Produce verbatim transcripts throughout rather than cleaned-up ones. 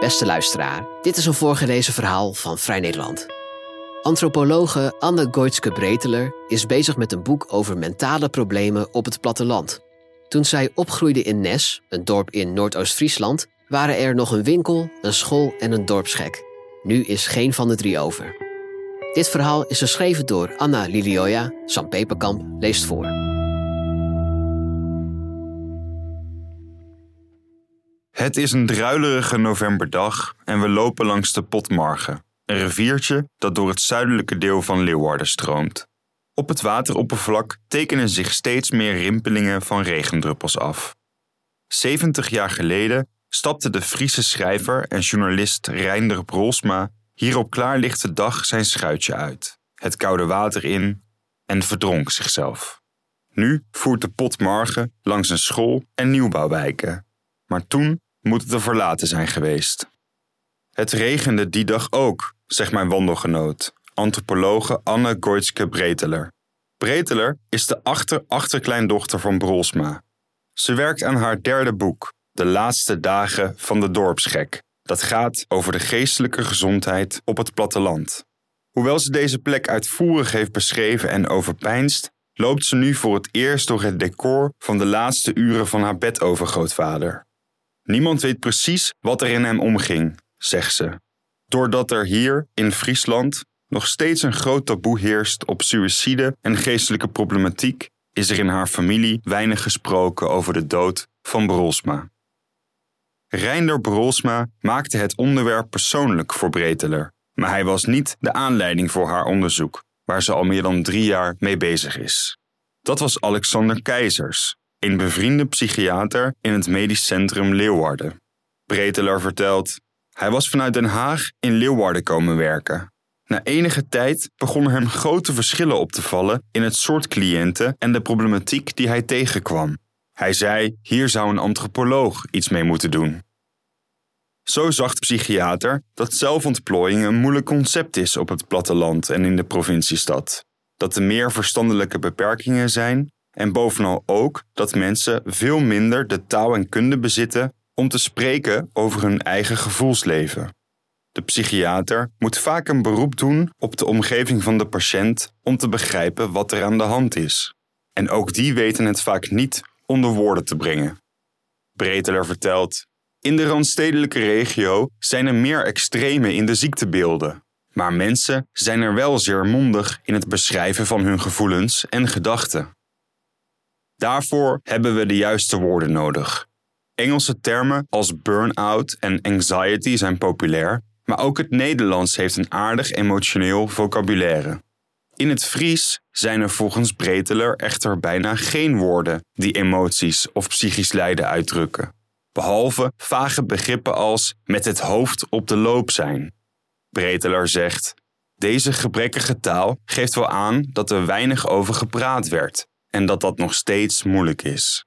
Beste luisteraar, dit is een voorgelezen verhaal van Vrij Nederland. Antropologe Anne Goitske-Breteler is bezig met een boek over mentale problemen op het platteland. Toen zij opgroeide in Nes, een dorp in Noordoost-Friesland, waren er nog een winkel, een school en een dorpsgek. Nu is geen van de drie over. Dit verhaal is geschreven door Anna Lilioja. Sam Peperkamp leest voor. Het is een druilerige novemberdag en we lopen langs de Potmarge, een riviertje dat door het zuidelijke deel van Leeuwarden stroomt. Op het wateroppervlak tekenen zich steeds meer rimpelingen van regendruppels af. zeventig jaar geleden stapte de Friese schrijver en journalist Reinder Brolsma hier op klaarlichte dag zijn schuitje uit, het koude water in en verdronk zichzelf. Nu voert de Potmarge langs een school en nieuwbouwwijken, maar toen moet het er verlaten zijn geweest. Het regende die dag ook, zegt mijn wandelgenoot, antropologe Anne Goitske-Breteler. Breteler is de achter-achterkleindochter van Brolsma. Ze werkt aan haar derde boek, De laatste dagen van de dorpsgek. Dat gaat over de geestelijke gezondheid op het platteland. Hoewel ze deze plek uitvoerig heeft beschreven en overpeinst, loopt ze nu voor het eerst door het decor van de laatste uren van haar bedovergrootvader. Niemand weet precies wat er in hem omging, zegt ze. Doordat er hier, in Friesland, nog steeds een groot taboe heerst op suïcide en geestelijke problematiek, is er in haar familie weinig gesproken over de dood van Brolsma. Reinder Brolsma maakte het onderwerp persoonlijk voor Breteler, maar hij was niet de aanleiding voor haar onderzoek, waar ze al meer dan drie jaar mee bezig is. Dat was Alexander Keizers, een bevriende psychiater in het medisch centrum Leeuwarden. Breteler vertelt, hij was vanuit Den Haag in Leeuwarden komen werken. Na enige tijd begonnen hem grote verschillen op te vallen in het soort cliënten en de problematiek die hij tegenkwam. Hij zei, hier zou een antropoloog iets mee moeten doen. Zo zag de psychiater dat zelfontplooiing een moeilijk concept is op het platteland en in de provinciestad. Dat er meer verstandelijke beperkingen zijn en bovenal ook dat mensen veel minder de taal en kunde bezitten om te spreken over hun eigen gevoelsleven. De psychiater moet vaak een beroep doen op de omgeving van de patiënt om te begrijpen wat er aan de hand is. En ook die weten het vaak niet onder woorden te brengen. Breteler vertelt, in de randstedelijke regio zijn er meer extremen in de ziektebeelden. Maar mensen zijn er wel zeer mondig in het beschrijven van hun gevoelens en gedachten. Daarvoor hebben we de juiste woorden nodig. Engelse termen als burn-out en anxiety zijn populair, maar ook het Nederlands heeft een aardig emotioneel vocabulaire. In het Fries zijn er volgens Breteler echter bijna geen woorden die emoties of psychisch lijden uitdrukken, behalve vage begrippen als met het hoofd op de loop zijn. Breteler zegt, deze gebrekkige taal geeft wel aan dat er weinig over gepraat werd en dat dat nog steeds moeilijk is.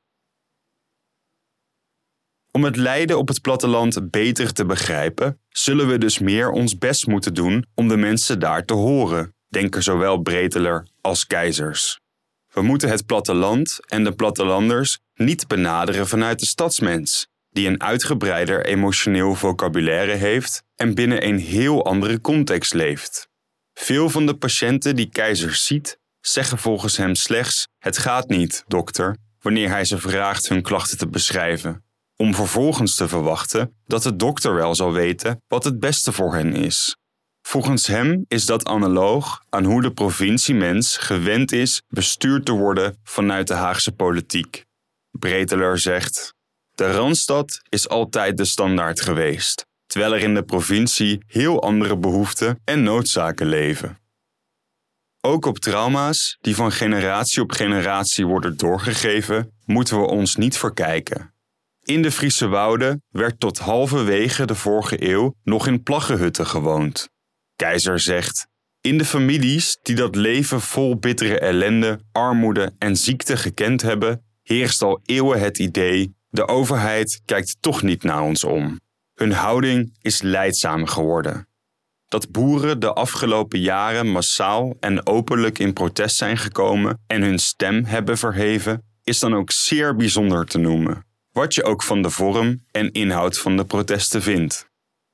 Om het lijden op het platteland beter te begrijpen, zullen we dus meer ons best moeten doen om de mensen daar te horen, denken zowel Breteler als Keizers. We moeten het platteland en de plattelanders niet benaderen vanuit de stadsmens, die een uitgebreider emotioneel vocabulaire heeft en binnen een heel andere context leeft. Veel van de patiënten die Keizers ziet, zeggen volgens hem slechts, het gaat niet, dokter, wanneer hij ze vraagt hun klachten te beschrijven, om vervolgens te verwachten dat de dokter wel zal weten wat het beste voor hen is. Volgens hem is dat analoog aan hoe de provinciemens gewend is bestuurd te worden vanuit de Haagse politiek. Breteler zegt, de Randstad is altijd de standaard geweest, terwijl er in de provincie heel andere behoeften en noodzaken leven. Ook op trauma's die van generatie op generatie worden doorgegeven, moeten we ons niet verkijken. In de Friese wouden werd tot halverwege de vorige eeuw nog in plaggenhutten gewoond. Keizer zegt, in de families die dat leven vol bittere ellende, armoede en ziekte gekend hebben, heerst al eeuwen het idee, de overheid kijkt toch niet naar ons om. Hun houding is lijdzaam geworden. Dat boeren de afgelopen jaren massaal en openlijk in protest zijn gekomen en hun stem hebben verheven, is dan ook zeer bijzonder te noemen, wat je ook van de vorm en inhoud van de protesten vindt.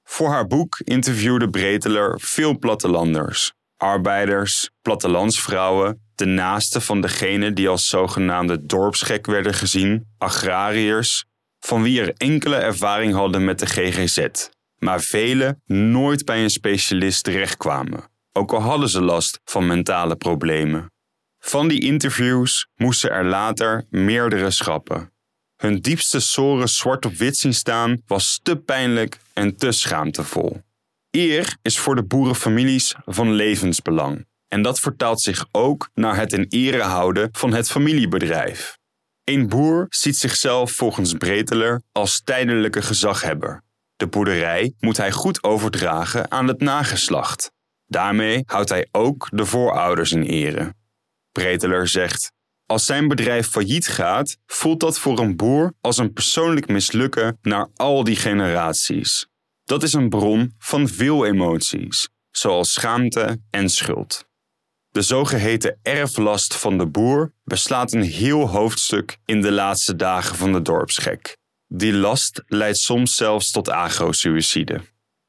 Voor haar boek interviewde Breteler veel plattelanders, arbeiders, plattelandsvrouwen, de naasten van degene die als zogenaamde dorpsgek werden gezien, agrariërs, van wie er enkele ervaring hadden met de G G Z, maar velen nooit bij een specialist terechtkwamen, ook al hadden ze last van mentale problemen. Van die interviews moesten er later meerdere schrappen. Hun diepste soren zwart op wit zien staan was te pijnlijk en te schaamtevol. Eer is voor de boerenfamilies van levensbelang. En dat vertaalt zich ook naar het in ere houden van het familiebedrijf. Een boer ziet zichzelf volgens Breteler als tijdelijke gezaghebber. De boerderij moet hij goed overdragen aan het nageslacht. Daarmee houdt hij ook de voorouders in ere. Breteler zegt: als zijn bedrijf failliet gaat, voelt dat voor een boer als een persoonlijk mislukken naar al die generaties. Dat is een bron van veel emoties, zoals schaamte en schuld. De zogeheten erflast van de boer beslaat een heel hoofdstuk in de laatste dagen van de dorpsgek. Die last leidt soms zelfs tot agro-suïcide.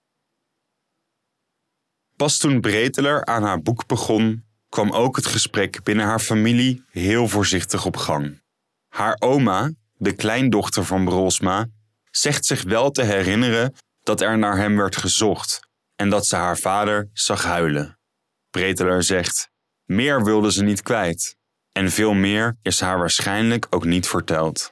Pas toen Breteler aan haar boek begon, kwam ook het gesprek binnen haar familie heel voorzichtig op gang. Haar oma, de kleindochter van Brolsma, zegt zich wel te herinneren dat er naar hem werd gezocht en dat ze haar vader zag huilen. Breteler zegt: meer wilde ze niet kwijt en veel meer is haar waarschijnlijk ook niet verteld.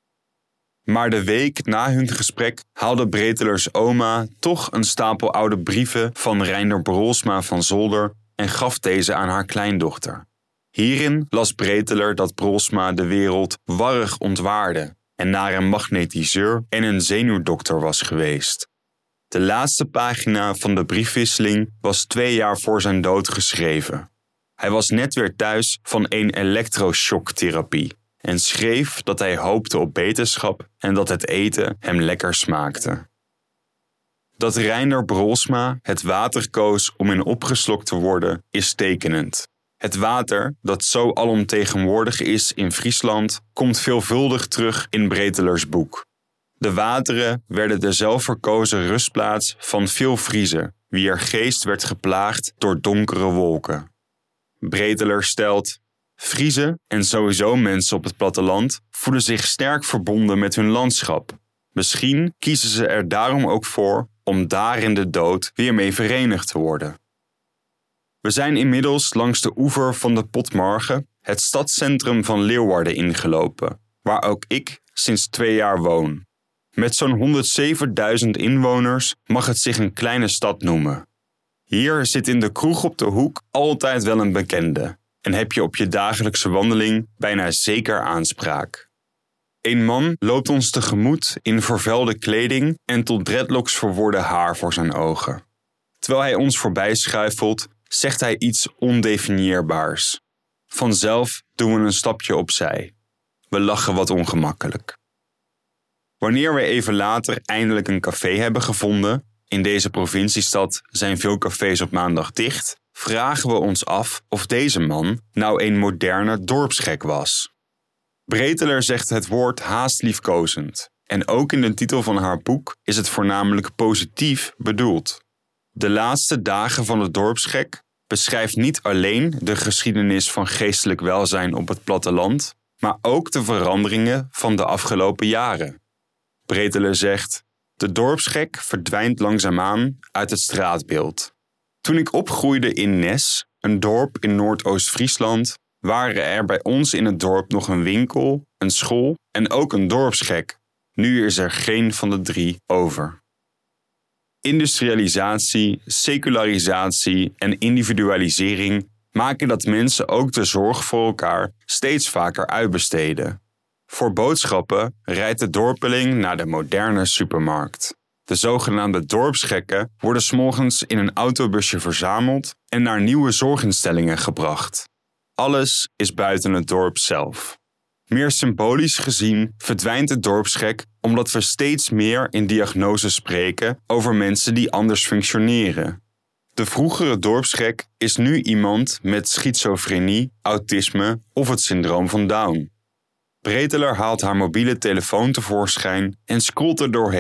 Maar de week na hun gesprek haalde Bretelers oma toch een stapel oude brieven van Reinder Brolsma van Zolder en gaf deze aan haar kleindochter. Hierin las Breteler dat Brolsma de wereld warrig ontwaarde en naar een magnetiseur en een zenuwdokter was geweest. De laatste pagina van de briefwisseling was twee jaar voor zijn dood geschreven. Hij was net weer thuis van een elektroshocktherapie en schreef dat hij hoopte op beterschap en dat het eten hem lekker smaakte. Dat Reinder Brolsma het water koos om in opgeslokt te worden is tekenend. Het water, dat zo alomtegenwoordig is in Friesland, komt veelvuldig terug in Bretelers boek. De wateren werden de zelfverkozen rustplaats van veel Friezen, wier geest werd geplaagd door donkere wolken. Breteler stelt: Friezen en sowieso mensen op het platteland voelen zich sterk verbonden met hun landschap. Misschien kiezen ze er daarom ook voor om daar in de dood weer mee verenigd te worden. We zijn inmiddels langs de oever van de Potmarge, het stadscentrum van Leeuwarden, ingelopen, waar ook ik sinds twee jaar woon. Met zo'n honderdzevenduizend inwoners mag het zich een kleine stad noemen. Hier zit in de kroeg op de hoek altijd wel een bekende en heb je op je dagelijkse wandeling bijna zeker aanspraak. Een man loopt ons tegemoet in vervuilde kleding en tot dreadlocks verworden haar voor zijn ogen. Terwijl hij ons voorbij schuifelt, zegt hij iets ondefinieerbaars. Vanzelf doen we een stapje opzij. We lachen wat ongemakkelijk. Wanneer we even later eindelijk een café hebben gevonden, in deze provinciestad zijn veel cafés op maandag dicht, vragen we ons af of deze man nou een moderne dorpsgek was. Breteler zegt het woord haast liefkozend en ook in de titel van haar boek is het voornamelijk positief bedoeld. De laatste dagen van de dorpsgek beschrijft niet alleen de geschiedenis van geestelijk welzijn op het platteland, maar ook de veranderingen van de afgelopen jaren. Breteler zegt: de dorpsgek verdwijnt langzaamaan uit het straatbeeld. Toen ik opgroeide in Nes, een dorp in Noordoost-Friesland, waren er bij ons in het dorp nog een winkel, een school en ook een dorpsgek. Nu is er geen van de drie over. Industrialisatie, secularisatie en individualisering maken dat mensen ook de zorg voor elkaar steeds vaker uitbesteden. Voor boodschappen rijdt de dorpeling naar de moderne supermarkt. De zogenaamde dorpsgekken worden 's morgens in een autobusje verzameld en naar nieuwe zorginstellingen gebracht. Alles is buiten het dorp zelf. Meer symbolisch gezien verdwijnt de dorpsgek omdat we steeds meer in diagnoses spreken over mensen die anders functioneren. De vroegere dorpsgek is nu iemand met schizofrenie, autisme of het syndroom van Down. Breteler haalt haar mobiele telefoon tevoorschijn en scrolt er doorheen.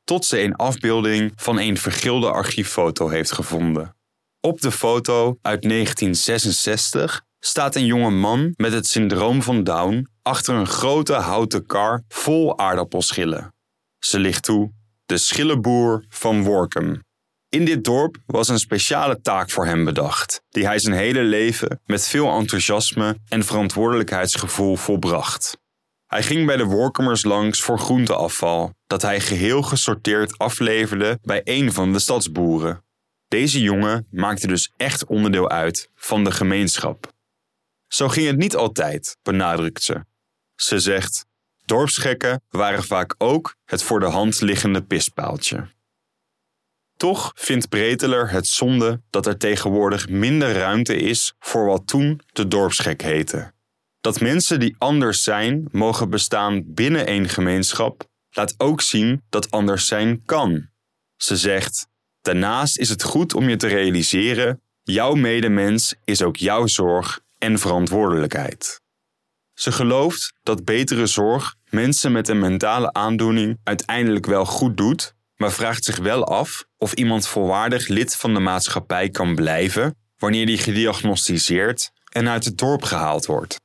tot ze een afbeelding van een vergilde archieffoto heeft gevonden. Op de foto uit negentien zesenzestig staat een jonge man met het syndroom van Down achter een grote houten kar vol aardappelschillen. Ze ligt toe, de schillenboer van Workum. In dit dorp was een speciale taak voor hem bedacht, die hij zijn hele leven met veel enthousiasme en verantwoordelijkheidsgevoel volbracht. Hij ging bij de Workumers langs voor groenteafval, dat hij geheel gesorteerd afleverde bij een van de stadsboeren. Deze jongen maakte dus echt onderdeel uit van de gemeenschap. Zo ging het niet altijd, benadrukt ze. Ze zegt, dorpsgekken waren vaak ook het voor de hand liggende pispaaltje. Toch vindt Breteler het zonde dat er tegenwoordig minder ruimte is voor wat toen de dorpsgek heette. Dat mensen die anders zijn mogen bestaan binnen een gemeenschap, laat ook zien dat anders zijn kan. Ze zegt, daarnaast is het goed om je te realiseren, jouw medemens is ook jouw zorg en verantwoordelijkheid. Ze gelooft dat betere zorg mensen met een mentale aandoening uiteindelijk wel goed doet, maar vraagt zich wel af of iemand volwaardig lid van de maatschappij kan blijven wanneer die gediagnosticeerd en uit het dorp gehaald wordt.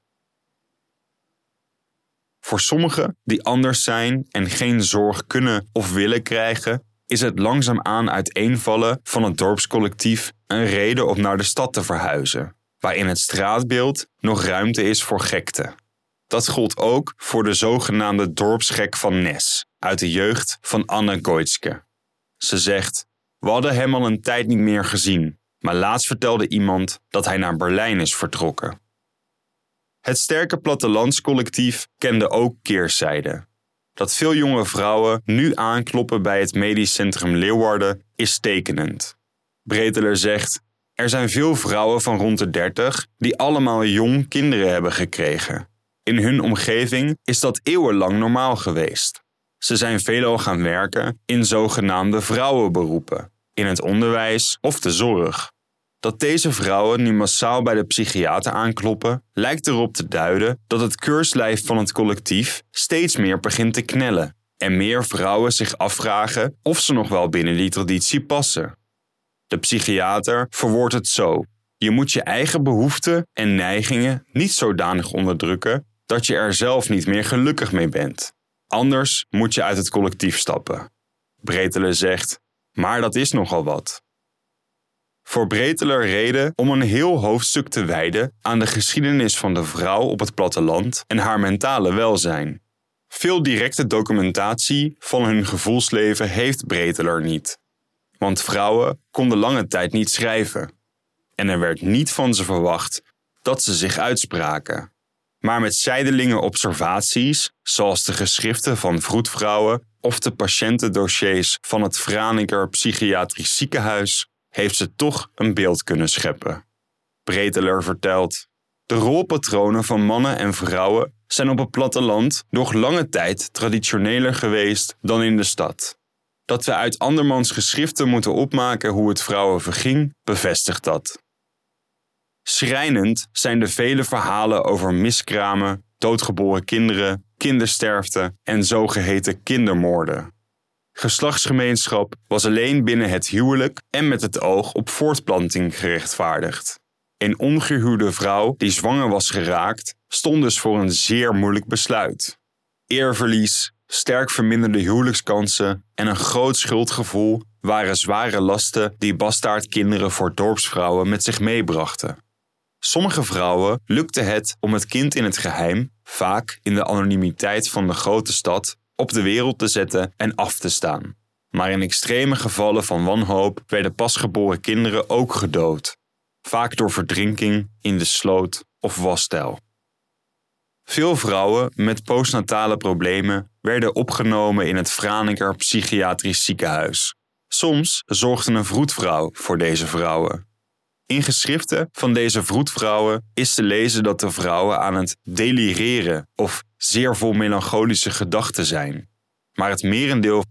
Voor sommigen die anders zijn en geen zorg kunnen of willen krijgen, is het langzaamaan uiteenvallen van het dorpscollectief een reden om naar de stad te verhuizen, waarin het straatbeeld nog ruimte is voor gekte. Dat gold ook voor de zogenaamde dorpsgek van Nes, uit de jeugd van Anne Goitske. Ze zegt, we hadden hem al een tijd niet meer gezien, maar laatst vertelde iemand dat hij naar Berlijn is vertrokken. Het sterke plattelandscollectief kende ook keerzijden. Dat veel jonge vrouwen nu aankloppen bij het medisch centrum Leeuwarden is tekenend. Breteler zegt, er zijn veel vrouwen van rond de dertig die allemaal jong kinderen hebben gekregen. In hun omgeving is dat eeuwenlang normaal geweest. Ze zijn veelal gaan werken in zogenaamde vrouwenberoepen, in het onderwijs of de zorg. Dat deze vrouwen nu massaal bij de psychiater aankloppen, lijkt erop te duiden dat het keurslijf van het collectief steeds meer begint te knellen en meer vrouwen zich afvragen of ze nog wel binnen die traditie passen. De psychiater verwoordt het zo: je moet je eigen behoeften en neigingen niet zodanig onderdrukken dat je er zelf niet meer gelukkig mee bent. Anders moet je uit het collectief stappen. Breteler zegt, maar dat is nogal wat. Voor Breteler reden om een heel hoofdstuk te wijden aan de geschiedenis van de vrouw op het platteland en haar mentale welzijn. Veel directe documentatie van hun gevoelsleven heeft Breteler niet. Want vrouwen konden lange tijd niet schrijven. En er werd niet van ze verwacht dat ze zich uitspraken. Maar met zijdellinge observaties, zoals de geschriften van vroedvrouwen of de patiëntendossiers van het Franeker Psychiatrisch Ziekenhuis, heeft ze toch een beeld kunnen scheppen. Breteler vertelt, de rolpatronen van mannen en vrouwen zijn op het platteland nog lange tijd traditioneler geweest dan in de stad. Dat we uit andermans geschriften moeten opmaken hoe het vrouwen verging, bevestigt dat. Schrijnend zijn de vele verhalen over miskramen, doodgeboren kinderen, kindersterfte en zogeheten kindermoorden. Geslachtsgemeenschap was alleen binnen het huwelijk en met het oog op voortplanting gerechtvaardigd. Een ongehuwde vrouw die zwanger was geraakt, stond dus voor een zeer moeilijk besluit. Eerverlies, sterk verminderde huwelijkskansen en een groot schuldgevoel waren zware lasten die bastaardkinderen voor dorpsvrouwen met zich meebrachten. Sommige vrouwen lukte het om het kind in het geheim, vaak in de anonimiteit van de grote stad, op de wereld te zetten en af te staan. Maar in extreme gevallen van wanhoop werden pasgeboren kinderen ook gedood, vaak door verdrinking in de sloot of wasstijl. Veel vrouwen met postnatale problemen werden opgenomen in het Franeker Psychiatrisch Ziekenhuis. Soms zorgde een vroedvrouw voor deze vrouwen. In geschriften van deze vroedvrouwen is te lezen dat de vrouwen aan het delireren of zeer vol melancholische gedachten zijn. Maar het merendeel...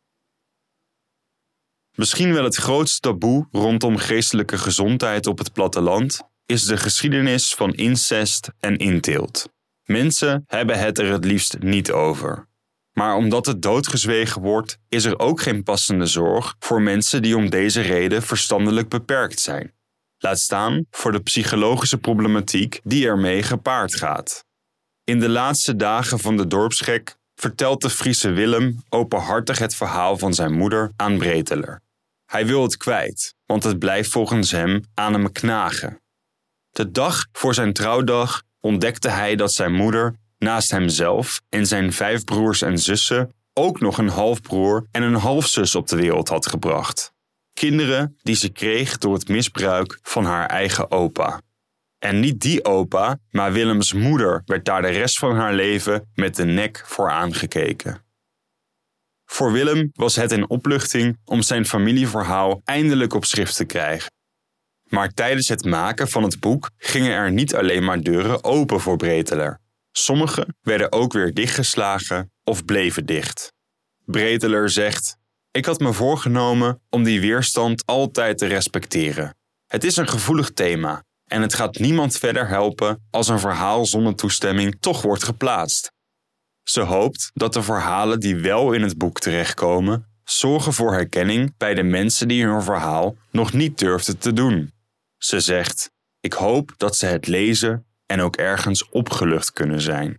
Misschien wel het grootste taboe rondom geestelijke gezondheid op het platteland is de geschiedenis van incest en inteelt. Mensen hebben het er het liefst niet over. Maar omdat het doodgezwegen wordt, is er ook geen passende zorg voor mensen die om deze reden verstandelijk beperkt zijn. Laat staan voor de psychologische problematiek die ermee gepaard gaat. In de laatste dagen van de dorpsgek vertelt de Friese Willem openhartig het verhaal van zijn moeder aan Breteler. Hij wil het kwijt, want het blijft volgens hem aan hem knagen. De dag voor zijn trouwdag ontdekte hij dat zijn moeder naast hemzelf en zijn vijf broers en zussen ook nog een halfbroer en een halfzus op de wereld had gebracht. Kinderen die ze kreeg door het misbruik van haar eigen opa. En niet die opa, maar Willems moeder werd daar de rest van haar leven met de nek voor aangekeken. Voor Willem was het een opluchting om zijn familieverhaal eindelijk op schrift te krijgen. Maar tijdens het maken van het boek gingen er niet alleen maar deuren open voor Breteler. Sommige werden ook weer dichtgeslagen of bleven dicht. Breteler zegt: "Ik had me voorgenomen om die weerstand altijd te respecteren. Het is een gevoelig thema en het gaat niemand verder helpen als een verhaal zonder toestemming toch wordt geplaatst." Ze hoopt dat de verhalen die wel in het boek terechtkomen zorgen voor herkenning bij de mensen die hun verhaal nog niet durfden te doen. Ze zegt: "Ik hoop dat ze het lezen en ook ergens opgelucht kunnen zijn."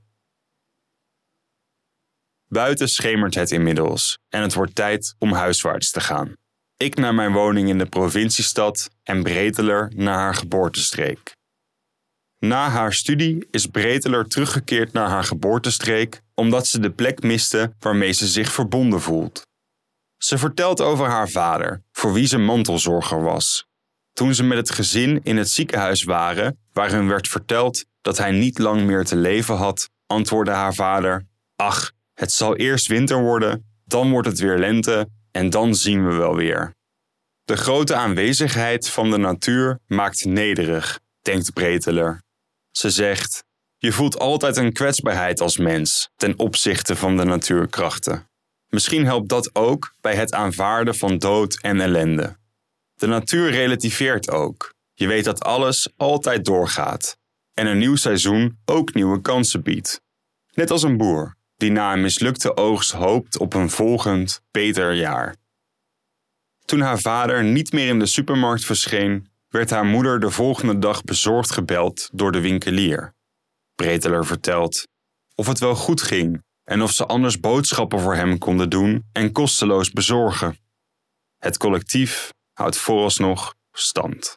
Buiten schemert het inmiddels en het wordt tijd om huiswaarts te gaan. Ik naar mijn woning in de provinciestad en Breteler naar haar geboortestreek. Na haar studie is Breteler teruggekeerd naar haar geboortestreek omdat ze de plek miste waarmee ze zich verbonden voelt. Ze vertelt over haar vader, voor wie ze mantelzorger was. Toen ze met het gezin in het ziekenhuis waren, waar hun werd verteld dat hij niet lang meer te leven had, antwoordde haar vader: "Ach, het zal eerst winter worden, dan wordt het weer lente en dan zien we wel weer." De grote aanwezigheid van de natuur maakt nederig, denkt Breteler. Ze zegt: "Je voelt altijd een kwetsbaarheid als mens ten opzichte van de natuurkrachten. Misschien helpt dat ook bij het aanvaarden van dood en ellende. De natuur relativeert ook. Je weet dat alles altijd doorgaat en een nieuw seizoen ook nieuwe kansen biedt. Net als een boer die na een mislukte oogst hoopt op een volgend, beter jaar." Toen haar vader niet meer in de supermarkt verscheen, werd haar moeder de volgende dag bezorgd gebeld door de winkelier. Breteler vertelt of het wel goed ging en of ze anders boodschappen voor hem konden doen en kosteloos bezorgen. Het collectief houdt vooralsnog stand.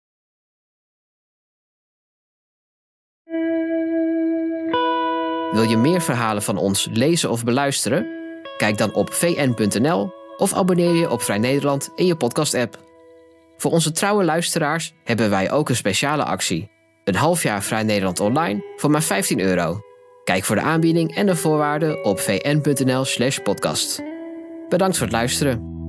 Wil je meer verhalen van ons lezen of beluisteren? Kijk dan op v n punt n l of abonneer je op Vrij Nederland in je podcast-app. Voor onze trouwe luisteraars hebben wij ook een speciale actie. Een half jaar Vrij Nederland online voor maar vijftien euro. Kijk voor de aanbieding en de voorwaarden op v n punt n l slash podcast. Bedankt voor het luisteren.